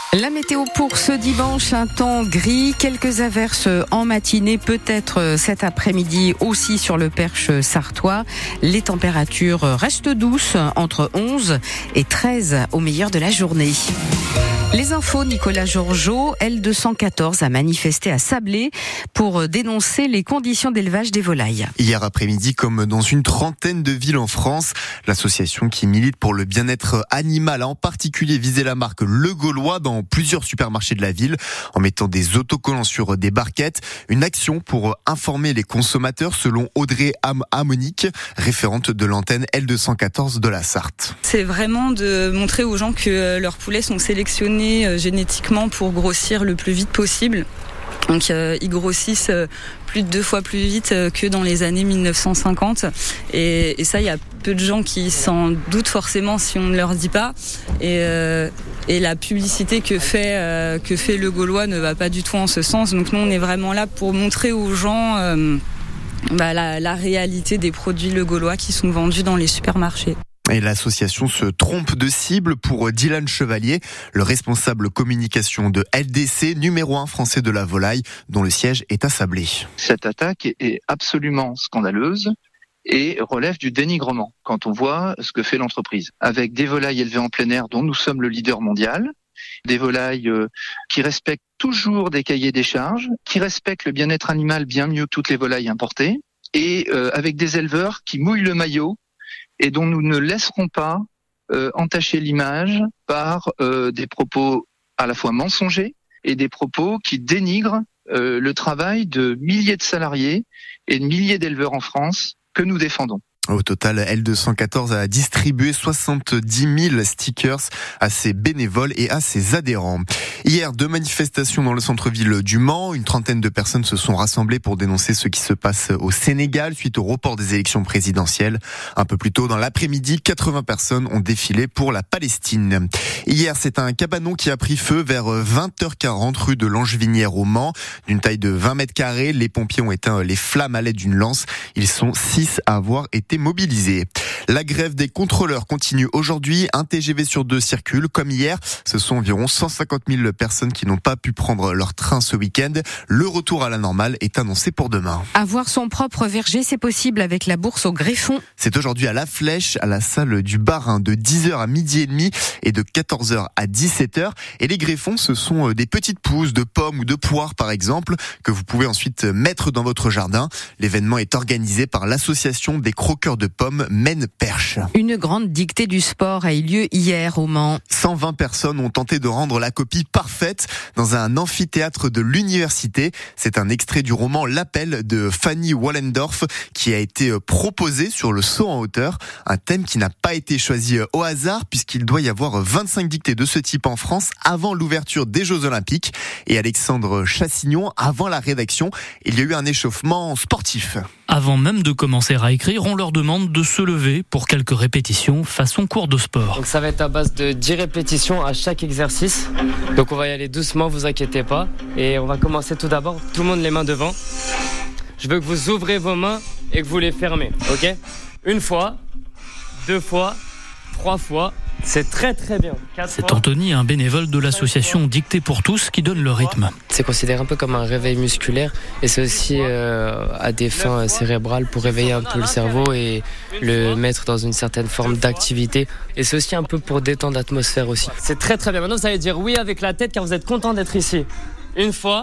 La météo pour ce dimanche, un temps gris, quelques averses en matinée, peut-être cet après-midi aussi sur le Perche sartois. Les températures restent douces, entre 11 et 13 au meilleur de la journée. Les infos, Nicolas Georgeot, L214 a manifesté à Sablé pour dénoncer les conditions d'élevage des volailles. Hier après-midi, comme dans une trentaine de villes en France, l'association qui milite pour le bien-être animal a en particulier visé la marque Le Gaulois dans plusieurs supermarchés de la ville en mettant des autocollants sur des barquettes. Une action pour informer les consommateurs selon Audrey Amonique, référente de l'antenne L214 de la Sarthe. C'est vraiment de montrer aux gens que leurs poulets sont sélectionnés génétiquement pour grossir le plus vite possible. Donc ils grossissent plus de 2 fois plus vite que dans les années 1950 et ça il y a peu de gens qui s'en doutent forcément si on ne leur dit pas et la publicité que fait Le Gaulois ne va pas du tout en ce sens. Donc nous on est vraiment là pour montrer aux gens la réalité des produits Le Gaulois qui sont vendus dans les supermarchés. Et l'association se trompe de cible pour Dylan Chevalier, le responsable communication de LDC, numéro 1 français de la volaille, dont le siège est à Sablé. Cette attaque est absolument scandaleuse et relève du dénigrement quand on voit ce que fait l'entreprise. Avec des volailles élevées en plein air dont nous sommes le leader mondial, des volailles qui respectent toujours des cahiers des charges, qui respectent le bien-être animal bien mieux que toutes les volailles importées, et avec des éleveurs qui mouillent le maillot et dont nous ne laisserons pas entacher l'image par des propos à la fois mensongers et des propos qui dénigrent le travail de milliers de salariés et de milliers d'éleveurs en France que nous défendons. Au total, L214 a distribué 70 000 stickers à ses bénévoles et à ses adhérents. Hier, 2 manifestations dans le centre-ville du Mans. Une trentaine de personnes se sont rassemblées pour dénoncer ce qui se passe au Sénégal suite au report des élections présidentielles. Un peu plus tôt dans l'après-midi, 80 personnes ont défilé pour la Palestine. Hier, c'est un cabanon qui a pris feu vers 20h40 rue de Langevinière au Mans. D'une taille de 20 mètres carrés, les pompiers ont éteint les flammes à l'aide d'une lance. Ils sont 6 à avoir été mobilisés. La grève des contrôleurs continue aujourd'hui. Un TGV sur 2 circule. Comme hier, ce sont environ 150 000 personnes qui n'ont pas pu prendre leur train ce week-end. Le retour à la normale est annoncé pour demain. Avoir son propre verger, c'est possible avec la bourse au Greffon. C'est aujourd'hui à La Flèche, à la salle du Barin, de 10h à midi et demi et de 14h à 17h. Et les greffons, ce sont des petites pousses de pommes ou de poires, par exemple, que vous pouvez ensuite mettre dans votre jardin. L'événement est organisé par l'association des croqueurs de pommes Maine-Perche. Une grande dictée du sport a eu lieu hier au Mans. 120 personnes ont tenté de rendre la copie parfaite dans un amphithéâtre de l'université. C'est un extrait du roman L'Appel de Fanny Wallendorf qui a été proposé sur le saut en hauteur. Un thème qui n'a pas été choisi au hasard puisqu'il doit y avoir 25 dictées de ce type en France avant l'ouverture des Jeux Olympiques. Et Alexandre Chassignon, avant la rédaction, il y a eu un échauffement sportif. Avant même de commencer à écrire, on leur demande de se lever pour quelques répétitions façon cours de sport. Donc ça va être à base de 10 répétitions à chaque exercice. Donc on va y aller doucement, vous inquiétez pas. Et on va commencer tout d'abord, tout le monde les mains devant. Je veux que vous ouvrez vos mains et que vous les fermez, ok ? 1 fois, 2 fois, 3 fois. C'est très très bien. C'est Anthony, un bénévole de l'association Dictée pour tous, qui donne le rythme. C'est considéré un peu comme un réveil musculaire et c'est aussi à des fins cérébrales pour réveiller un peu le cerveau et le mettre dans une certaine forme d'activité. Et c'est aussi un peu pour détendre l'atmosphère aussi. C'est très très bien. Maintenant vous allez dire oui avec la tête car vous êtes content d'être ici. 1 fois,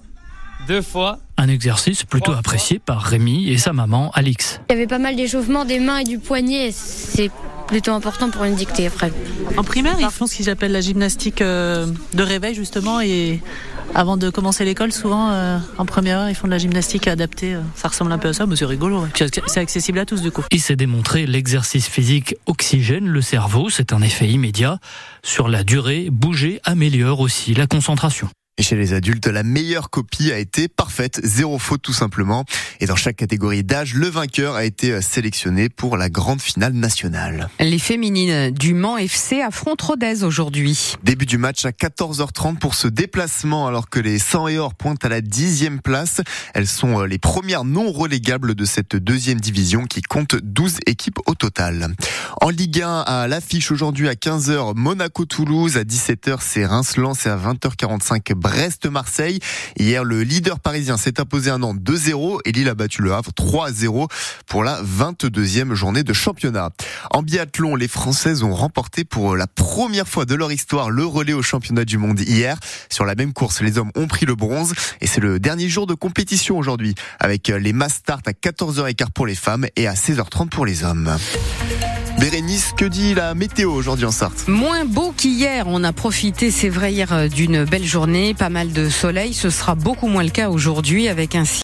2 fois. Un exercice plutôt apprécié par Rémi et sa maman Alix. Il y avait pas mal d'échauffement des mains et du poignet. C'est plutôt important pour une dictée après. En primaire, ils font ce qu'ils appellent la gymnastique de réveil justement et avant de commencer l'école, souvent en première heure, ils font de la gymnastique adaptée. Ça ressemble un peu à ça, mais c'est rigolo. Ouais. Puis c'est accessible à tous du coup. Il s'est démontré l'exercice physique oxygène le cerveau, c'est un effet immédiat. Sur la durée, bouger améliore aussi la concentration. Et chez les adultes, la meilleure copie a été parfaite, 0 faute tout simplement. Et dans chaque catégorie d'âge, le vainqueur a été sélectionné pour la grande finale nationale. Les féminines du Mans FC affrontent Rodez aujourd'hui. Début du match à 14h30 pour ce déplacement, alors que les 100 et or pointent à la 10e place. Elles sont les premières non relégables de cette deuxième division qui compte 12 équipes au total. En Ligue 1, à l'affiche aujourd'hui à 15h, Monaco-Toulouse, à 17h, c'est Reims-Lens et à 20h45, Brest-Marseille. Hier, le leader parisien s'est imposé à Nantes 2-0 et Lille a battu le Havre 3-0 pour la 22e journée de championnat. En biathlon, les Françaises ont remporté pour la première fois de leur histoire le relais au championnat du monde hier. Sur la même course, les hommes ont pris le bronze et c'est le dernier jour de compétition aujourd'hui avec les mass start à 14h15 pour les femmes et à 16h30 pour les hommes. Bérénice, que dit la météo aujourd'hui en Sarthe ? Moins beau qu'hier, on a profité, c'est vrai, hier d'une belle journée, pas mal de soleil, ce sera beaucoup moins le cas aujourd'hui avec un